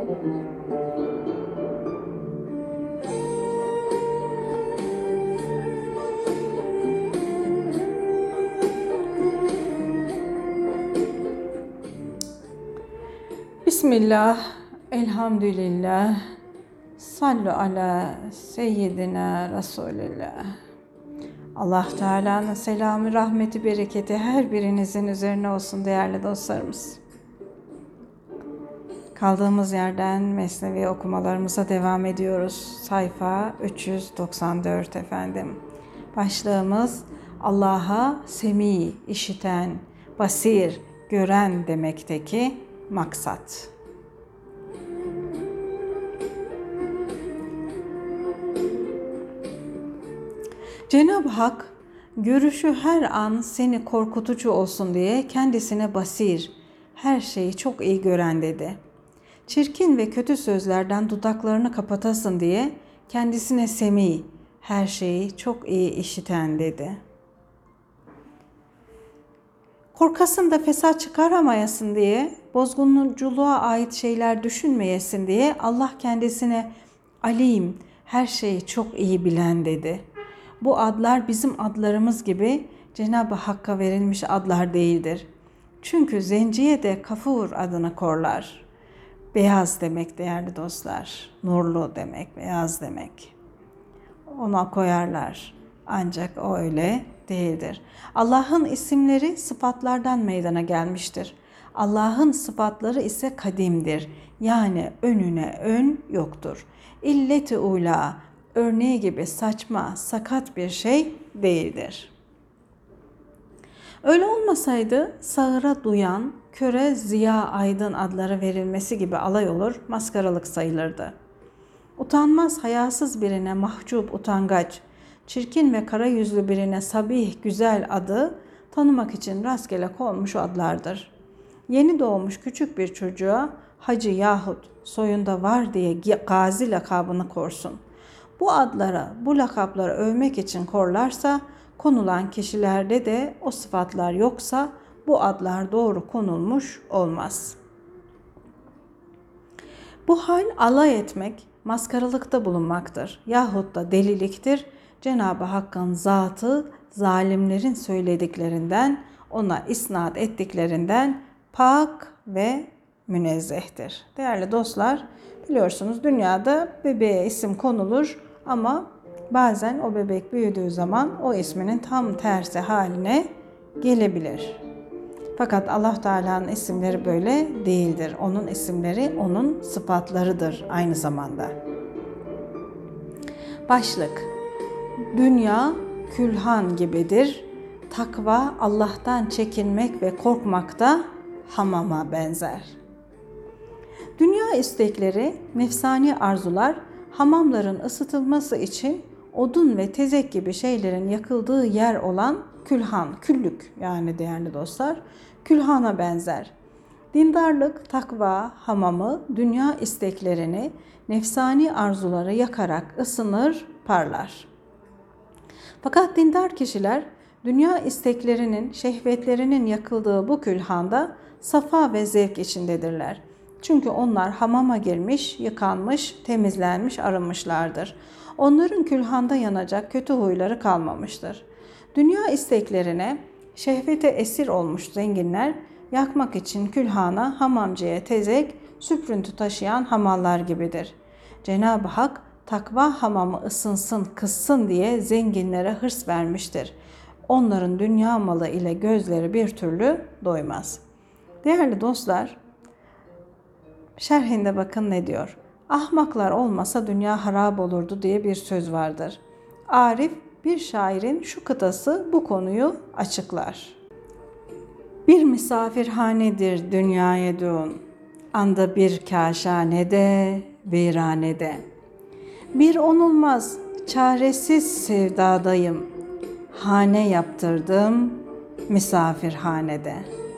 Bismillah, elhamdülillah, sallu ala seyyidina Resulillah. Allah Teala'nın selamı, rahmeti, bereketi her birinizin üzerine olsun değerli dostlarımız. Kaldığımız yerden Mesnevi okumalarımıza devam ediyoruz. Sayfa 394 efendim. Başlığımız Allah'a semi, işiten, basir, gören demekteki maksat. Cenab-ı Hak görüşü her an seni korkutucu olsun diye kendisine basir, her şeyi çok iyi gören dedi. Çirkin ve kötü sözlerden dudaklarını kapatasın diye kendisine semi, her şeyi çok iyi işiten dedi. Korkasın da fesat çıkaramayasın diye, bozgunculuğa ait şeyler düşünmeyesin diye Allah kendisine alim, her şeyi çok iyi bilen dedi. Bu adlar bizim adlarımız gibi Cenab-ı Hakk'a verilmiş adlar değildir. Çünkü zenciye de Kafur adını korlar. Beyaz demek değerli dostlar, nurlu demek, beyaz demek. Ona koyarlar. Ancak o öyle değildir. Allah'ın isimleri sıfatlardan meydana gelmiştir. Allah'ın sıfatları ise kadimdir. Yani önüne ön yoktur. İlleti ula, örneği gibi saçma, sakat bir şey değildir. Öyle olmasaydı sağıra duyan, köre ziya aydın adları verilmesi gibi alay olur, maskaralık sayılırdı. Utanmaz, hayasız birine mahcup, utangaç, çirkin ve kara yüzlü birine sabih, güzel adı tanımak için rastgele konmuş adlardır. Yeni doğmuş küçük bir çocuğa hacı yahut soyunda var diye gazi lakabını korsun. Bu adlara, bu lakapları övmek için korlarsa, konulan kişilerde de o sıfatlar yoksa bu adlar doğru konulmuş olmaz. Bu hal alay etmek, maskaralıkta bulunmaktır yahut da deliliktir. Cenab-ı Hakk'ın zatı zalimlerin söylediklerinden, ona isnat ettiklerinden pak ve münezzehtir. Değerli dostlar, biliyorsunuz dünyada bebeğe isim konulur ama bazen o bebek büyüdüğü zaman o isminin tam tersi haline gelebilir. Fakat Allah Teala'nın isimleri böyle değildir. Onun isimleri onun sıfatlarıdır aynı zamanda. Başlık: Dünya külhan gibidir. Takva Allah'tan çekinmek ve korkmakta hamama benzer. Dünya istekleri, nefsani arzular, hamamların ısıtılması için odun ve tezek gibi şeylerin yakıldığı yer olan külhan, küllük yani değerli dostlar, külhana benzer. Dindarlık, takva, hamamı, dünya isteklerini, nefsani arzuları yakarak ısınır, parlar. Fakat dindar kişiler, dünya isteklerinin, şehvetlerinin yakıldığı bu külhanda safa ve zevk içindedirler. Çünkü onlar hamama girmiş, yıkanmış, temizlenmiş, arınmışlardır. Onların külhanda yanacak kötü huyları kalmamıştır. Dünya isteklerine, şehvete esir olmuş zenginler, yakmak için külhana, hamamcıya tezek, süprüntü taşıyan hamallar gibidir. Cenab-ı Hak, takva hamamı ısınsın, kızsın diye zenginlere hırs vermiştir. Onların dünya malı ile gözleri bir türlü doymaz. Değerli dostlar, şerhinde bakın ne diyor. Ahmaklar olmasa dünya harap olurdu diye bir söz vardır. Arif bir şairin şu kıtası bu konuyu açıklar. Bir misafirhanedir dünyaya dün, anda bir kâşhanede, viranede. Bir onulmaz, çaresiz sevdadayım, hane yaptırdım misafirhanede.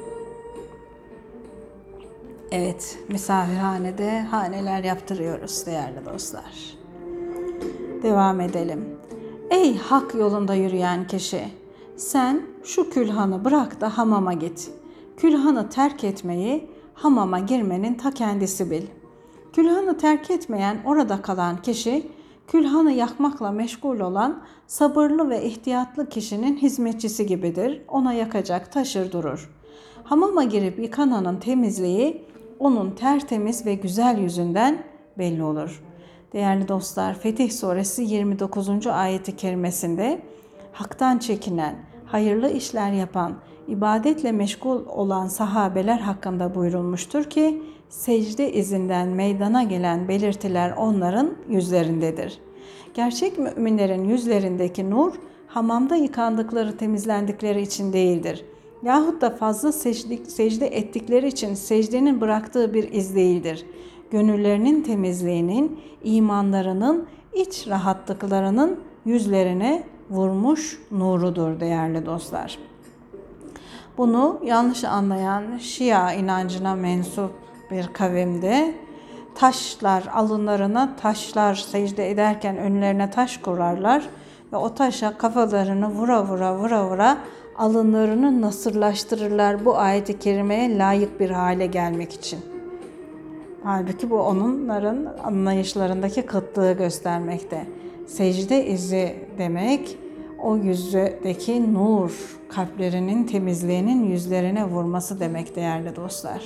Evet, misafirhanede haneler yaptırıyoruz değerli dostlar. Devam edelim. Ey hak yolunda yürüyen kişi, sen şu külhanı bırak da hamama git. Külhanı terk etmeyi, hamama girmenin ta kendisi bil. Külhanı terk etmeyen, orada kalan kişi, külhanı yakmakla meşgul olan sabırlı ve ihtiyatlı kişinin hizmetçisi gibidir. Ona yakacak, taşır durur. Hamama girip yıkananın temizliği onun tertemiz ve güzel yüzünden belli olur. Değerli dostlar, Fetih Suresi 29. ayeti kerimesinde haktan çekinen, hayırlı işler yapan, ibadetle meşgul olan sahabeler hakkında buyurulmuştur ki, secde izinden meydana gelen belirtiler onların yüzlerindedir. Gerçek müminlerin yüzlerindeki nur, hamamda yıkandıkları, temizlendikleri için değildir. Yahut da fazla secde ettikleri için secdenin bıraktığı bir iz değildir. Gönüllerinin temizliğinin, imanlarının, iç rahatlıklarının yüzlerine vurmuş nurudur değerli dostlar. Bunu yanlış anlayan Şia inancına mensup bir kavimde taşlar, alınlarına taşlar, secde ederken önlerine taş kurarlar ve o taşa kafalarını vura alınlarını nasırlaştırırlar bu ayet-i kerimeye layık bir hale gelmek için. Halbuki bu onların anlayışlarındaki kıtlığı göstermekte. Secde izi demek, o yüzdeki nur, kalplerinin temizliğinin yüzlerine vurması demek değerli dostlar.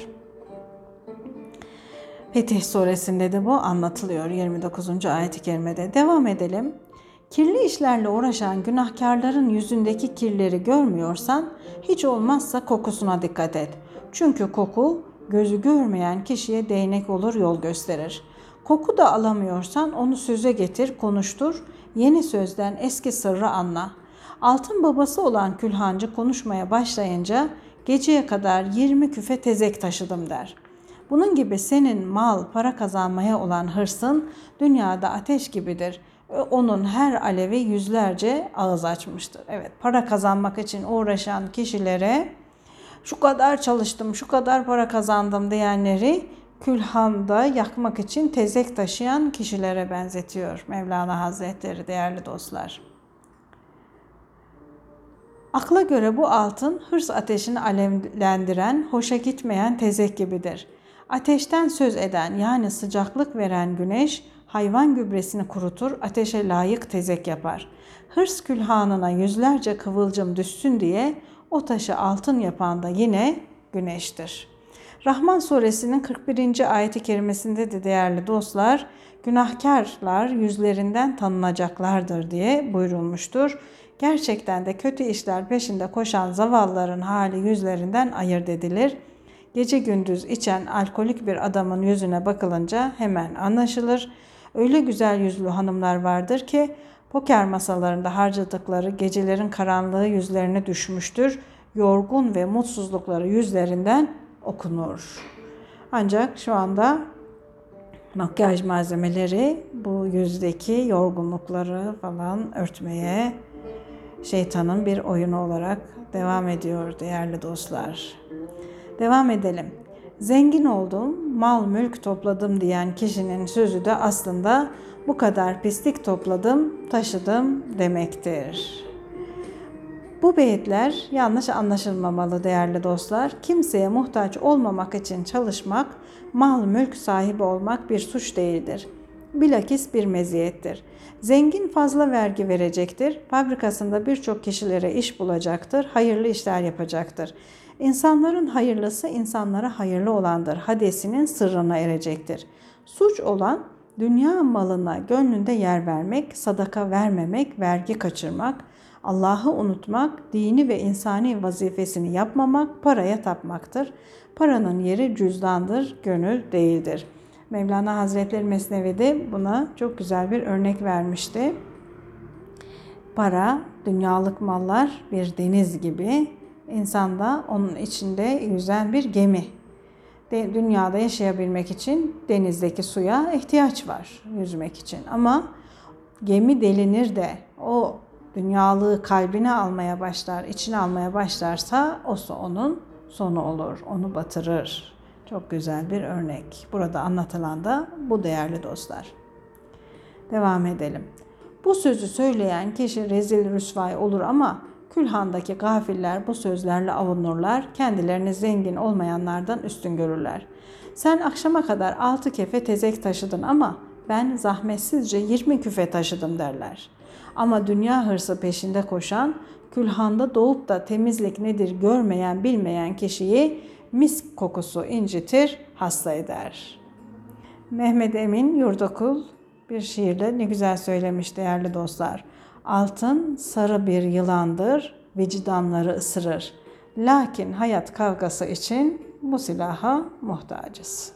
Fetih Suresinde de bu anlatılıyor 29. ayet-i kerimede. Devam edelim. Kirli işlerle uğraşan günahkarların yüzündeki kirleri görmüyorsan hiç olmazsa kokusuna dikkat et. Çünkü koku gözü görmeyen kişiye değnek olur, yol gösterir. Koku da alamıyorsan onu söze getir, konuştur. Yeni sözden eski sırrı anla. Altın babası olan külhancı konuşmaya başlayınca geceye kadar 20 küfe tezek taşıdım der. Bunun gibi senin mal, para kazanmaya olan hırsın dünyada ateş gibidir. Onun her alevi yüzlerce ağız açmıştır. Evet, para kazanmak için uğraşan kişilere şu kadar çalıştım, şu kadar para kazandım diyenleri külhanda yakmak için tezek taşıyan kişilere benzetiyor Mevlana Hazretleri değerli dostlar. Akla göre bu altın hırs ateşini alevlendiren, hoşa gitmeyen tezek gibidir. Ateşten söz eden yani sıcaklık veren güneş hayvan gübresini kurutur, ateşe layık tezek yapar. Hırs külhanına yüzlerce kıvılcım düşsün diye o taşı altın yapan da yine güneştir. Rahman suresinin 41. ayeti kerimesinde de değerli dostlar, günahkarlar yüzlerinden tanınacaklardır diye buyurulmuştur. Gerçekten de kötü işler peşinde koşan zavallıların hali yüzlerinden ayırt edilir. Gece gündüz içen alkolik bir adamın yüzüne bakılınca hemen anlaşılır. Öyle güzel yüzlü hanımlar vardır ki poker masalarında harcadıkları gecelerin karanlığı yüzlerine düşmüştür. Yorgun ve mutsuzlukları yüzlerinden okunur. Ancak şu anda makyaj malzemeleri bu yüzdeki yorgunlukları falan örtmeye şeytanın bir oyunu olarak devam ediyor değerli dostlar. Devam edelim. Zengin oldum, mal mülk topladım diyen kişinin sözü de aslında bu kadar pislik topladım, taşıdım demektir. Bu beyitler yanlış anlaşılmamalı değerli dostlar. Kimseye muhtaç olmamak için çalışmak, mal mülk sahibi olmak bir suç değildir. Bilakis bir meziyettir. Zengin fazla vergi verecektir, fabrikasında birçok kişilere iş bulacaktır, hayırlı işler yapacaktır. İnsanların hayırlısı insanlara hayırlı olandır hadisinin sırrına erecektir. Suç olan dünya malına gönlünde yer vermek, sadaka vermemek, vergi kaçırmak, Allah'ı unutmak, dini ve insani vazifesini yapmamak, paraya tapmaktır. Paranın yeri cüzdandır, gönül değildir. Mevlana Hazretleri Mesnevi'de buna çok güzel bir örnek vermişti. Para, dünyalık mallar bir deniz gibi, insan da onun içinde yüzen bir gemi. Dünyada yaşayabilmek için denizdeki suya ihtiyaç var yüzmek için. Ama gemi delinir de o dünyalığı kalbine almaya başlar, içine almaya başlarsa o onun sonu olur, onu batırır. Çok güzel bir örnek. Burada anlatılan da bu değerli dostlar. Devam edelim. Bu sözü söyleyen kişi rezil rüsvay olur ama Külhan'daki gafiller bu sözlerle avunurlar, kendilerini zengin olmayanlardan üstün görürler. Sen akşama kadar 6 kefe tezek taşıdın ama ben zahmetsizce 20 küfe taşıdım derler. Ama dünya hırsı peşinde koşan, külhanda doğup da temizlik nedir görmeyen bilmeyen kişiyi misk kokusu incitir, hasta eder. Mehmet Emin Yurdakul bir şiirde ne güzel söylemiş değerli dostlar. Altın sarı bir yılandır, vicdanları ısırır. Lakin hayat kavgası için bu silaha muhtacız.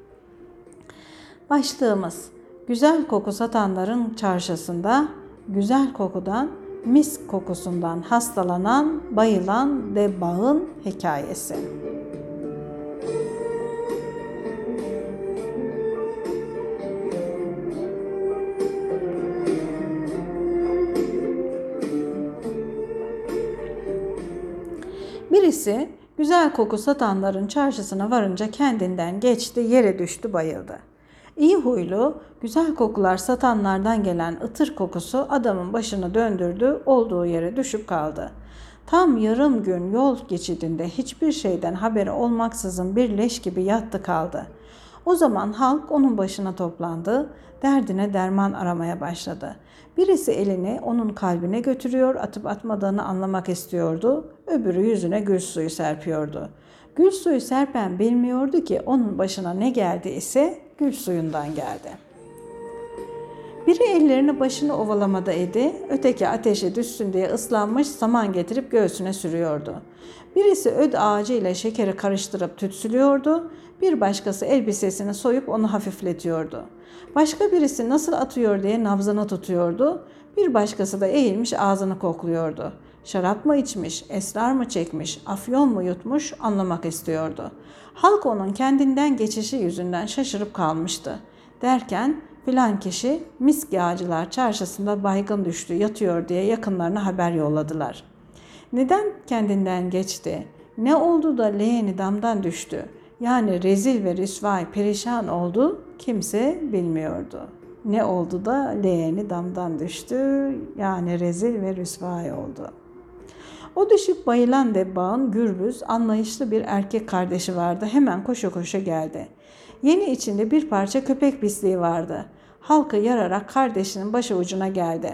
Başlığımız: güzel koku satanların çarşısında güzel kokudan, misk kokusundan hastalanan, bayılan debbağın hikayesi. Birisi güzel koku satanların çarşısına varınca kendinden geçti, yere düştü, bayıldı. İyi huylu, güzel kokular satanlardan gelen ıtır kokusu adamın başını döndürdü, olduğu yere düşüp kaldı. Tam yarım gün yol geçidinde hiçbir şeyden haberi olmaksızın bir leş gibi yattı kaldı. O zaman halk onun başına toplandı, derdine derman aramaya başladı. Birisi elini onun kalbine götürüyor, atıp atmadığını anlamak istiyordu, öbürü yüzüne gül suyu serpiyordu. Gül suyu serpen bilmiyordu ki onun başına ne geldi ise gül suyundan geldi. Biri ellerini başını ovalamada idi, öteki ateşe düşsün diye ıslanmış saman getirip göğsüne sürüyordu. Birisi öd ağacı ile şekeri karıştırıp tütsülüyordu, bir başkası elbisesini soyup onu hafifletiyordu. Başka birisi nasıl atıyor diye nabzını tutuyordu, bir başkası da eğilmiş ağzını kokluyordu. Şarap mı içmiş, esrar mı çekmiş, afyon mu yutmuş anlamak istiyordu. Halk onun kendinden geçişi yüzünden şaşırıp kalmıştı. Derken filan kişi misk yağcılar çarşısında baygın düştü, yatıyor diye yakınlarına haber yolladılar. Neden kendinden geçti? Ne oldu da leğeni damdan düştü? Yani rezil ve rüsvay perişan oldu, kimse bilmiyordu. Ne oldu da leğeni damdan düştü? Yani rezil ve rüsvay oldu. O düşüp bayılan debbağın gürbüz, anlayışlı bir erkek kardeşi vardı. Hemen koşa koşa geldi. Yeni içinde bir parça köpek pisliği vardı. Halkı yararak kardeşinin başı ucuna geldi.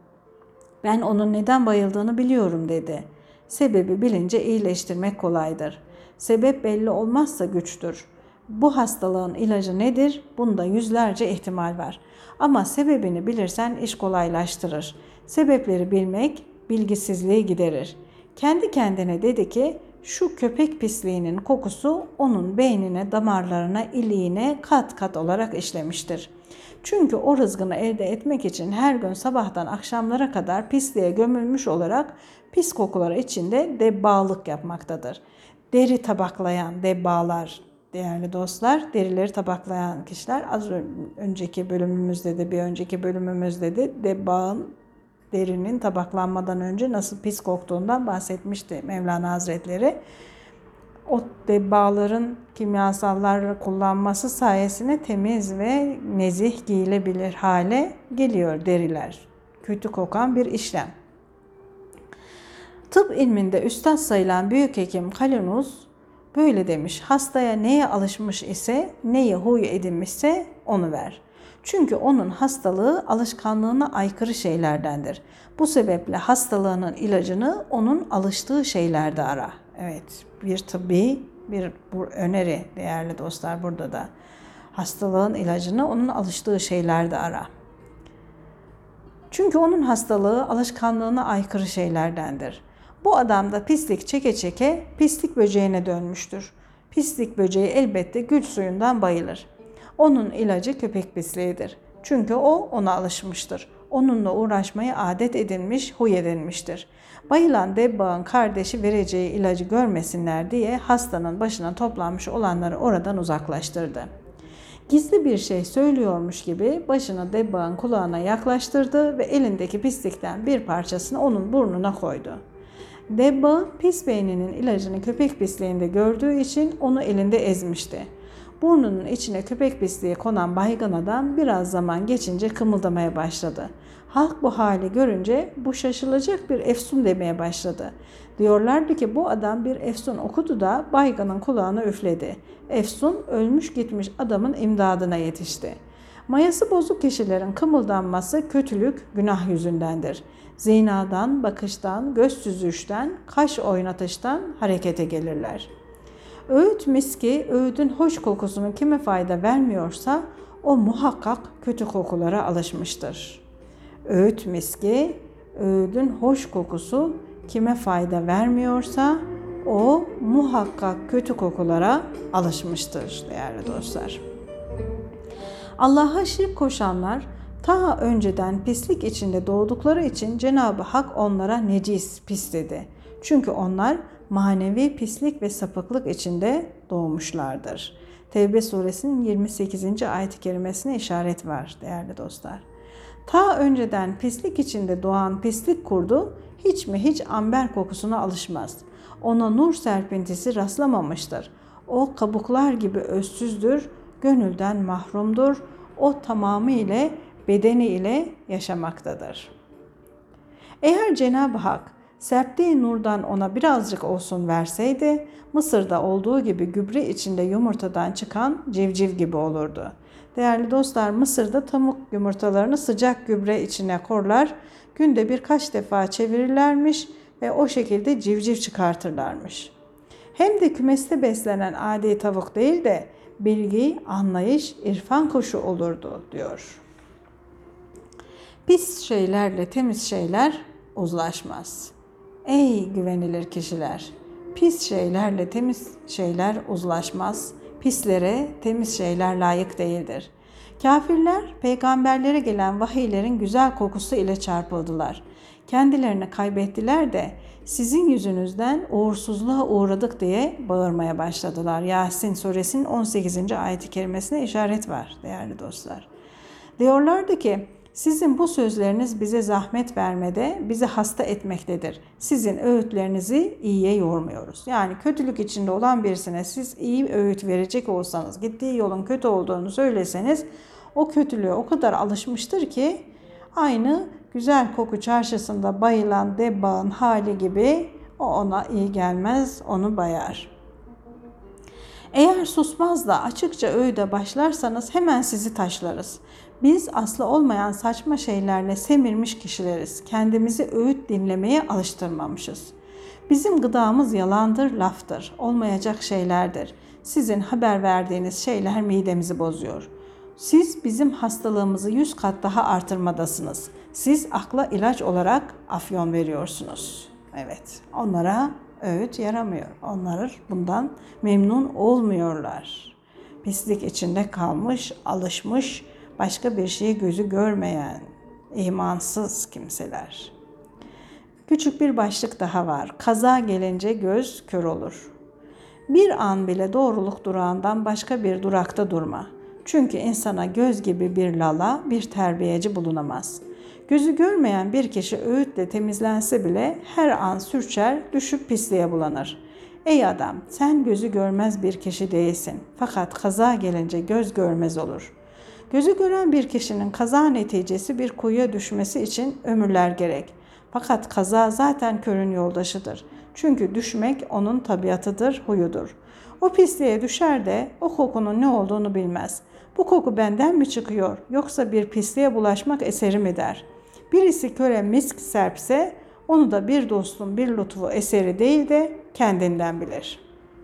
Ben onun neden bayıldığını biliyorum dedi. Sebebi bilince iyileştirmek kolaydır. Sebep belli olmazsa güçtür. Bu hastalığın ilacı nedir? Bunda yüzlerce ihtimal var. Ama sebebini bilirsen iş kolaylaştırır. Sebepleri bilmek bilgisizliği giderir. Kendi kendine dedi ki şu köpek pisliğinin kokusu onun beynine, damarlarına, iliğine kat kat olarak işlemiştir. Çünkü o rızkını elde etmek için her gün sabahtan akşamlara kadar pisliğe gömülmüş olarak pis kokular içinde debbağlık yapmaktadır. Deri tabaklayan debbağlar, değerli dostlar, derileri tabaklayan kişiler, az önceki bölümümüzde de bir önceki bölümümüzde de debbağın derinin tabaklanmadan önce nasıl pis koktuğundan bahsetmişti Mevlana Hazretleri. O debbağların kimyasallar kullanması sayesinde temiz ve nezih giyilebilir hale geliyor deriler. Kötü kokan bir işlem. Tıp ilminde üstad sayılan büyük hekim Kalunuz böyle demiş: hastaya neye alışmış ise, neye huy edinmişse onu ver. Çünkü onun hastalığı alışkanlığına aykırı şeylerdendir. Bu sebeple hastalığının ilacını onun alıştığı şeylerde ara. Evet, bir tıbbi bir öneri değerli dostlar burada da. Hastalığın ilacını onun alıştığı şeylerde ara. Çünkü onun hastalığı alışkanlığına aykırı şeylerdendir. Bu adam da pislik çeke çeke pislik böceğine dönmüştür. Pislik böceği elbette gül suyundan bayılır. Onun ilacı köpek pisliğidir. Çünkü o ona alışmıştır. Onunla uğraşmayı adet edinmiş, huy edinmiştir. Bayılan debbağın kardeşi vereceği ilacı görmesinler diye hastanın başına toplanmış olanları oradan uzaklaştırdı. Gizli bir şey söylüyormuş gibi başını debbağın kulağına yaklaştırdı ve elindeki pislikten bir parçasını onun burnuna koydu. Debbağın pis beyninin ilacını köpek pisliğinde gördüğü için onu elinde ezmişti. Burnunun içine köpek pisliği konan baygın adam biraz zaman geçince kımıldamaya başladı. Halk bu hali görünce bu şaşılacak bir efsun demeye başladı. Diyorlardı ki bu adam bir efsun okudu da baygının kulağına üfledi. Efsun ölmüş gitmiş adamın imdadına yetişti. Mayası bozuk kişilerin kımıldanması kötülük, günah yüzündendir. Zinadan, bakıştan, göz süzüşten, kaş oynatıştan harekete gelirler. Öğüt miski, öğüdün hoş kokusunu kime fayda vermiyorsa o muhakkak kötü kokulara alışmıştır. Öğüt miski, öğüdün hoş kokusu kime fayda vermiyorsa o muhakkak kötü kokulara alışmıştır değerli dostlar. Allah'a şirk koşanlar ta önceden pislik içinde doğdukları için Cenab-ı Hak onlara necis, pis dedi. Çünkü onlar manevi pislik ve sapıklık içinde doğmuşlardır. Tevbe suresinin 28. ayet-i kerimesine işaret var değerli dostlar. Ta önceden pislik içinde doğan pislik kurdu hiç amber kokusuna alışmaz. Ona nur serpintisi rastlamamıştır. O kabuklar gibi özsüzdür, gönülden mahrumdur. O tamamıyla bedeni ile yaşamaktadır. Eğer Cenab-ı Hak serptiği nurdan ona birazcık olsun verseydi, Mısır'da olduğu gibi gübre içinde yumurtadan çıkan civciv gibi olurdu. Değerli dostlar, Mısır'da tavuk yumurtalarını sıcak gübre içine korlar, günde birkaç defa çevirirlermiş ve o şekilde civciv çıkartırlarmış. Hem de kümeste beslenen adi tavuk değil de bilgi, anlayış, irfan kuşu olurdu diyor. Pis şeylerle temiz şeyler uzlaşmaz. Ey güvenilir kişiler! Pis şeylerle temiz şeyler uzlaşmaz. Pislere temiz şeyler layık değildir. Kafirler peygamberlere gelen vahiylerin güzel kokusu ile çarpıldılar. Kendilerini kaybettiler de sizin yüzünüzden uğursuzluğa uğradık diye bağırmaya başladılar. Yasin suresinin 18. ayet-i kerimesine işaret var değerli dostlar. Diyorlardı ki sizin bu sözleriniz bize zahmet vermede, bizi hasta etmektedir. Sizin öğütlerinizi iyiye yormuyoruz. Yani kötülük içinde olan birisine siz iyi öğüt verecek olsanız, gittiği yolun kötü olduğunu söyleseniz, o kötülüğe o kadar alışmıştır ki aynı güzel koku çarşısında bayılan debbağın hali gibi o ona iyi gelmez, onu bayar. Eğer susmaz da açıkça öğüde başlarsanız hemen sizi taşlarız. Biz aslı olmayan saçma şeylerle semirmiş kişileriz. Kendimizi öğüt dinlemeye alıştırmamışız. Bizim gıdamız yalandır, laftır, olmayacak şeylerdir. Sizin haber verdiğiniz şeyler midemizi bozuyor. Siz bizim hastalığımızı 100 kat daha artırmadasınız. Siz akla ilaç olarak afyon veriyorsunuz. Evet, onlara öğüt yaramıyor. Onlar bundan memnun olmuyorlar. Pislik içinde kalmış, alışmış, başka bir şeyi gözü görmeyen, imansız kimseler. Küçük bir başlık daha var. Kaza gelince göz kör olur. Bir an bile doğruluk durağından başka bir durakta durma. Çünkü insana göz gibi bir lala, bir terbiyeci bulunamaz. Gözü görmeyen bir kişi öğütle temizlense bile her an sürçer, düşüp pisliğe bulanır. Ey adam, sen gözü görmez bir kişi değilsin. Fakat kaza gelince göz görmez olur. Gözü gören bir kişinin kaza neticesi bir kuyuya düşmesi için ömürler gerek. Fakat kaza zaten körün yoldaşıdır. Çünkü düşmek onun tabiatıdır, huyudur. O pisliğe düşer de o kokunun ne olduğunu bilmez. Bu koku benden mi çıkıyor yoksa bir pisliğe bulaşmak eseri mi der. Birisi köre misk serpse onu da bir dostun bir lütfu eseri değil de kendinden bilir.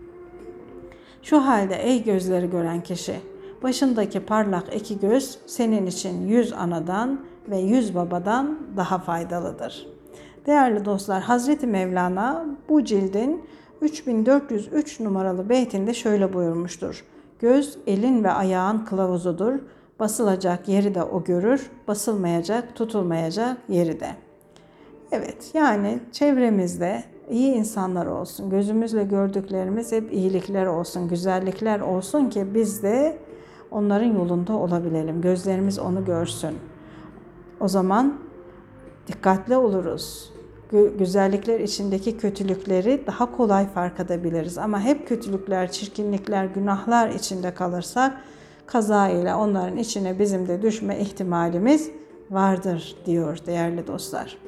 Şu halde ey gözleri gören kişi, başındaki parlak iki göz senin için 100 anadan ve 100 babadan daha faydalıdır. Değerli dostlar, Hazreti Mevlana bu cildin 3403 numaralı beytinde şöyle buyurmuştur. Göz elin ve ayağın kılavuzudur. Basılacak yeri de o görür, basılmayacak, tutulmayacak yeri de. Evet, yani çevremizde iyi insanlar olsun, gözümüzle gördüklerimiz hep iyilikler olsun, güzellikler olsun ki biz de onların yolunda olabilelim. Gözlerimiz onu görsün. O zaman dikkatli oluruz. güzellikler içindeki kötülükleri daha kolay fark edebiliriz. Ama hep kötülükler, çirkinlikler, günahlar içinde kalırsak kaza ile onların içine bizim de düşme ihtimalimiz vardır diyor değerli dostlar.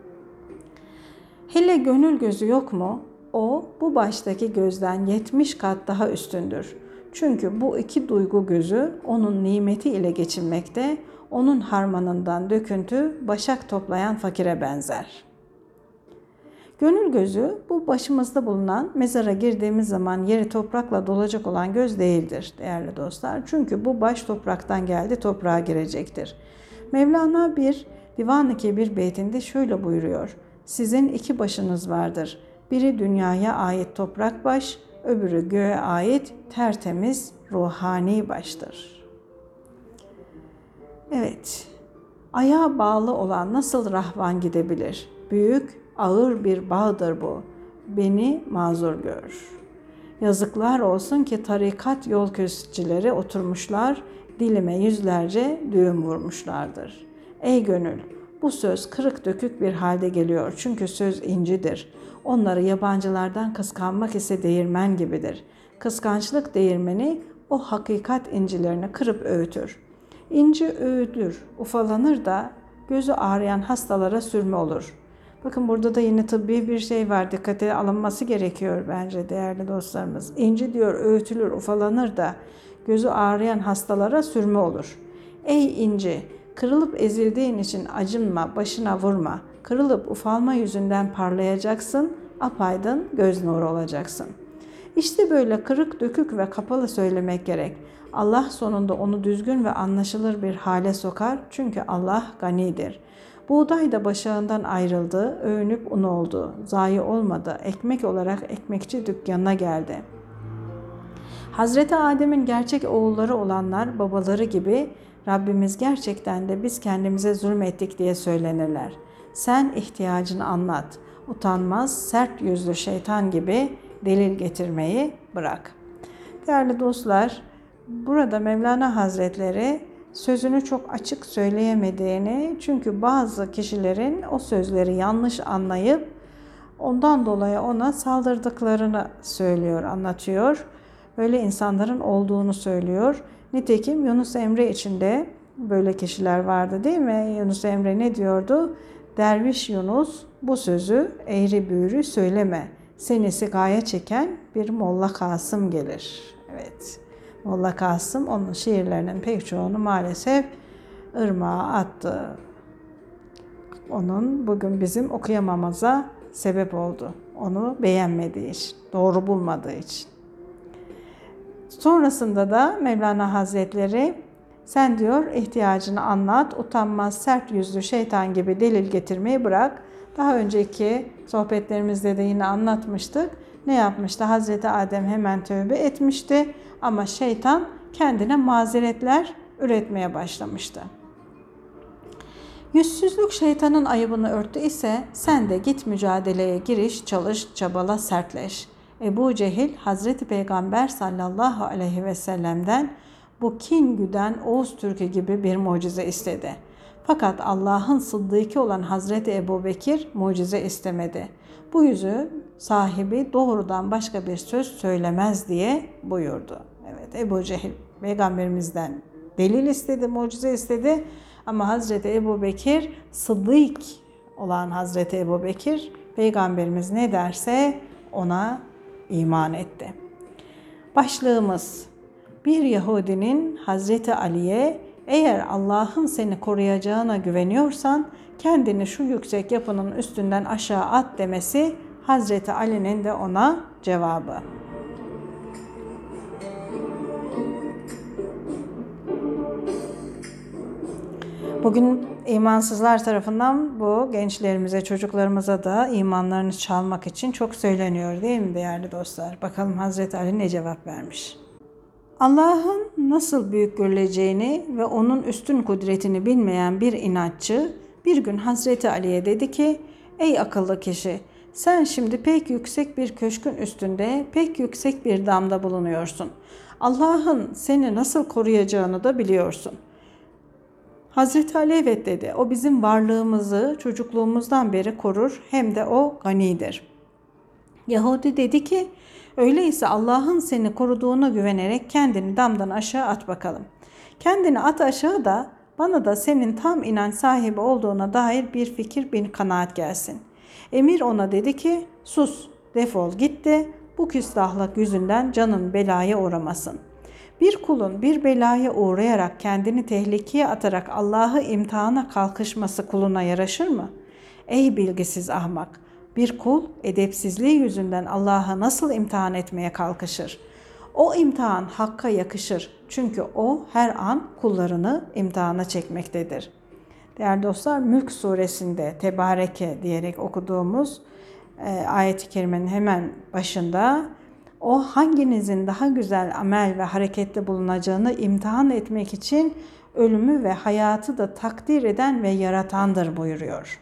Hele gönül gözü yok mu? O bu baştaki gözden 70 kat daha üstündür. Çünkü bu iki duygu gözü onun nimeti ile geçinmekte, onun harmanından döküntü başak toplayan fakire benzer. Gönül gözü bu başımızda bulunan mezara girdiğimiz zaman yeri toprakla dolacak olan göz değildir değerli dostlar. Çünkü bu baş topraktan geldi, toprağa girecektir. Mevlana bir Divan-ı Kebir beytinde şöyle buyuruyor. Sizin iki başınız vardır. Biri dünyaya ait toprak baş, öbürü göğe ait tertemiz ruhani baştır. Evet, ayağa bağlı olan nasıl rahvan gidebilir? Büyük, ağır bir bağdır bu. Beni mazur gör. Yazıklar olsun ki tarikat yol kesicileri oturmuşlar, dilime yüzlerce düğüm vurmuşlardır. Ey gönül, bu söz kırık dökük bir halde geliyor çünkü söz incidir. Onları yabancılardan kıskanmak ise değirmen gibidir. Kıskançlık değirmeni o hakikat incilerini kırıp öğütür. İnci öğütür, ufalanır da gözü ağrıyan hastalara sürme olur. Bakın burada da yine tıbbi bir şey var. Dikkate alınması gerekiyor bence değerli dostlarımız. İnci diyor öğütülür, ufalanır da gözü ağrıyan hastalara sürme olur. Ey inci, kırılıp ezildiğin için acınma, başına vurma. Kırılıp ufalma yüzünden parlayacaksın, apaydın göz nuru olacaksın. İşte böyle kırık, dökük ve kapalı söylemek gerek. Allah sonunda onu düzgün ve anlaşılır bir hale sokar çünkü Allah ganidir. Buğday da başağından ayrıldı, övünüp un oldu, zayi olmadı, ekmek olarak ekmekçi dükkanına geldi. Hazreti Adem'in gerçek oğulları olanlar babaları gibi Rabbimiz gerçekten de biz kendimize zulmettik diye söylenirler. Sen ihtiyacını anlat, utanmaz, sert yüzlü şeytan gibi delil getirmeyi bırak. Değerli dostlar, burada Mevlana Hazretleri sözünü çok açık söyleyemediğini, çünkü bazı kişilerin o sözleri yanlış anlayıp ondan dolayı ona saldırdıklarını söylüyor, anlatıyor. Böyle insanların olduğunu söylüyor. Nitekim Yunus Emre için de böyle kişiler vardı değil mi? Yunus Emre ne diyordu? Derviş Yunus bu sözü eğri büğrü söyleme. Seni sigaya çeken bir Molla Kasım gelir. Evet. Molla Kasım onun şiirlerinin pek çoğunu maalesef ırmağa attı. Onun bugün bizim okuyamamıza sebep oldu. Onu beğenmediği için, doğru bulmadığı için. Sonrasında da Mevlana Hazretleri sen diyor ihtiyacını anlat, utanmaz sert yüzlü şeytan gibi delil getirmeyi bırak. Daha önceki sohbetlerimizde de yine anlatmıştık. Ne yapmıştı? Hazreti Adem hemen tövbe etmişti ama şeytan kendine mazeretler üretmeye başlamıştı. Yüzsüzlük şeytanın ayıbını örttü ise sen de git mücadeleye giriş, çalış, çabala, sertleş. Ebu Cehil Hazreti Peygamber sallallahu aleyhi ve sellem'den bu kin güden Oğuz Türk'ü gibi bir mucize istedi. Fakat Allah'ın sıddıkı olan Hazreti Ebubekir mucize istemedi. Bu yüzü sahibi doğrudan başka bir söz söylemez diye buyurdu. Evet, Ebu Cehil Peygamberimizden delil istedi, mucize istedi ama Hazreti Ebubekir sıddık olan Hazreti Ebubekir Peygamberimiz ne derse ona iman etti. Başlığımız bir Yahudinin Hazreti Ali'ye eğer Allah'ın seni koruyacağına güveniyorsan kendini şu yüksek yapının üstünden aşağı at demesi Hazreti Ali'nin de ona cevabı. Bugün imansızlar tarafından bu gençlerimize, çocuklarımıza da imanlarını çalmak için çok söyleniyor değil mi değerli dostlar? Bakalım Hazreti Ali ne cevap vermiş? Allah'ın nasıl büyük görüleceğini ve onun üstün kudretini bilmeyen bir inatçı bir gün Hazreti Ali'ye dedi ki, ey akıllı kişi, sen şimdi pek yüksek bir köşkün üstünde, pek yüksek bir damda bulunuyorsun. Allah'ın seni nasıl koruyacağını da biliyorsun. Hazreti Ali evet dedi. O bizim varlığımızı çocukluğumuzdan beri korur, hem de o ganidir. Yahudi dedi ki, öyleyse Allah'ın seni koruduğuna güvenerek kendini damdan aşağı at bakalım. Kendini at aşağı da bana da senin tam inanç sahibi olduğuna dair bir fikir, bir kanaat gelsin. Emir ona dedi ki, sus, defol gitti, bu küstahlık yüzünden canın belaya uğramasın. Bir kulun bir belaya uğrayarak kendini tehlikeye atarak Allah'ı imtihana kalkışması kuluna yaraşır mı? Ey bilgisiz ahmak! Bir kul edepsizliği yüzünden Allah'ı nasıl imtihan etmeye kalkışır? O imtihan Hakk'a yakışır. Çünkü o her an kullarını imtihana çekmektedir. Değerli dostlar, Mülk suresinde Tebareke diyerek okuduğumuz ayet-i kerimenin hemen başında o hanginizin daha güzel amel ve harekette bulunacağını imtihan etmek için ölümü ve hayatı da takdir eden ve yaratandır buyuruyor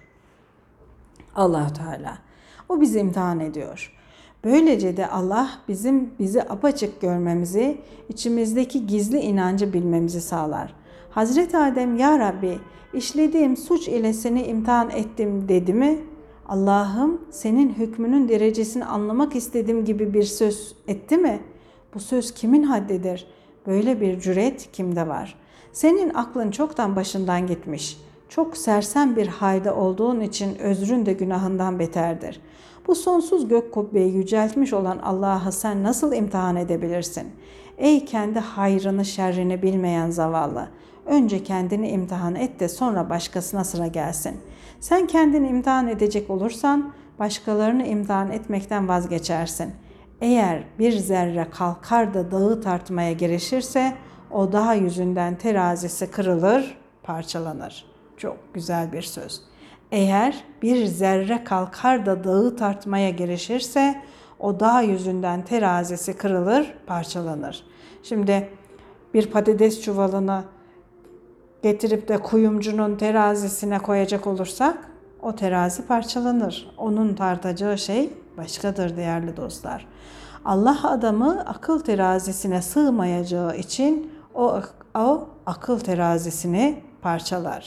Allah Teala. O bizi imtihan ediyor. Böylece de Allah bizi apaçık görmemizi, içimizdeki gizli inancı bilmemizi sağlar. Hazreti Adem, ya Rabbi işlediğim suç ile seni imtihan ettim dedi mi? Allah'ım senin hükmünün derecesini anlamak istediğim gibi bir söz etti mi? Bu söz kimin haddidir? Böyle bir cüret kimde var? Senin aklın çoktan başından gitmiş. Çok sersem bir halde olduğun için özrün de günahından beterdir. Bu sonsuz gök kubbeyi yüceltmiş olan Allah'ı sen nasıl imtihan edebilirsin? Ey kendi hayrını şerrini bilmeyen zavallı! Önce kendini imtihan et de sonra başkasına sıra gelsin. Sen kendini imtihan edecek olursan başkalarını imtihan etmekten vazgeçersin. Eğer bir zerre kalkar da dağı tartmaya girişirse o dağ yüzünden terazisi kırılır, parçalanır. Çok güzel bir söz. Eğer bir zerre kalkar da dağı tartmaya girişirse o dağ yüzünden terazisi kırılır, parçalanır. Şimdi bir patates çuvalını getirip de kuyumcunun terazisine koyacak olursak o terazi parçalanır. Onun tartacağı şey başkadır değerli dostlar. Allah adamı akıl terazisine sığmayacağı için o akıl terazisini parçalar.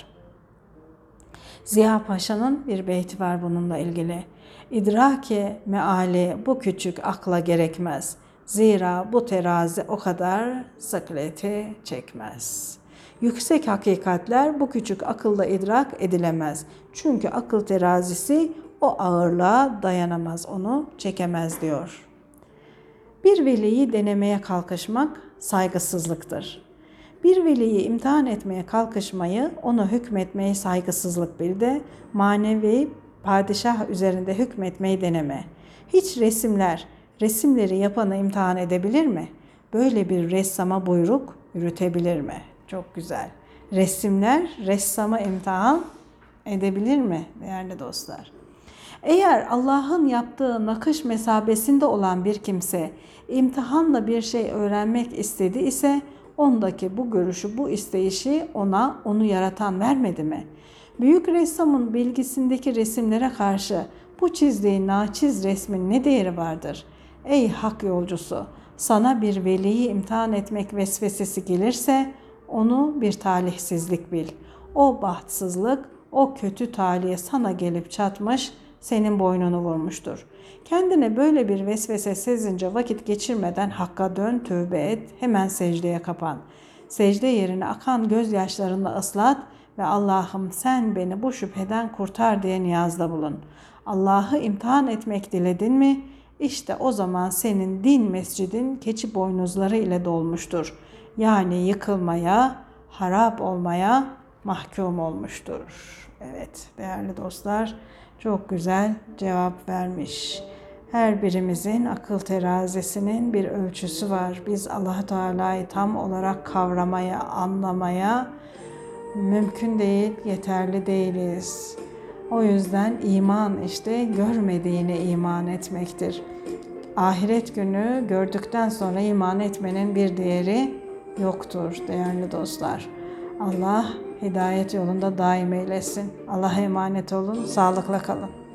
Ziya Paşa'nın bir beyti var bununla ilgili. İdrake meali bu küçük akla gerekmez. Zira bu terazi o kadar sıkleti çekmez. Yüksek hakikatler bu küçük akılla idrak edilemez. Çünkü akıl terazisi o ağırlığa dayanamaz, onu çekemez diyor. Bir veliyi denemeye kalkışmak saygısızlıktır. Bir veliyi imtihan etmeye kalkışmayı, ona hükmetmeyi saygısızlık bil de manevi padişah üzerinde hükmetmeyi deneme. Hiç resimleri yapanı imtihan edebilir mi? Böyle bir ressama buyruk yürütebilir mi? Çok güzel. Resimler ressama imtihan edebilir mi değerli dostlar? Eğer Allah'ın yaptığı nakış mesabesinde olan bir kimse imtihanla bir şey öğrenmek istedi ise ondaki bu görüşü, bu isteyişi onu yaratan vermedi mi? Büyük ressamın bilgisindeki resimlere karşı bu çizdiği naçiz resmin ne değeri vardır? Ey hak yolcusu! Sana bir veliyi imtihan etmek vesvesesi gelirse onu bir talihsizlik bil. O bahtsızlık, o kötü talihe sana gelip çatmış, senin boynunu vurmuştur. Kendine böyle bir vesvese sezince vakit geçirmeden Hakk'a dön, tövbe et, hemen secdeye kapan. Secde yerine akan gözyaşlarınla ıslat ve Allah'ım sen beni bu şüpheden kurtar diye niyazda bulun. Allah'ı imtihan etmek diledin mi? İşte o zaman senin din mescidin keçi boynuzları ile dolmuştur. Yani yıkılmaya, harap olmaya mahkum olmuştur. Evet değerli dostlar, çok güzel cevap vermiş. Her birimizin akıl terazisinin bir ölçüsü var. Biz Allah Teala'yı tam olarak kavramaya, anlamaya mümkün değil, yeterli değiliz. O yüzden iman işte görmediğine iman etmektir. Ahiret günü gördükten sonra iman etmenin bir değeri yoktur değerli dostlar. Allah hidayet yolunda daim eylesin. Allah'a emanet olun, sağlıkla kalın.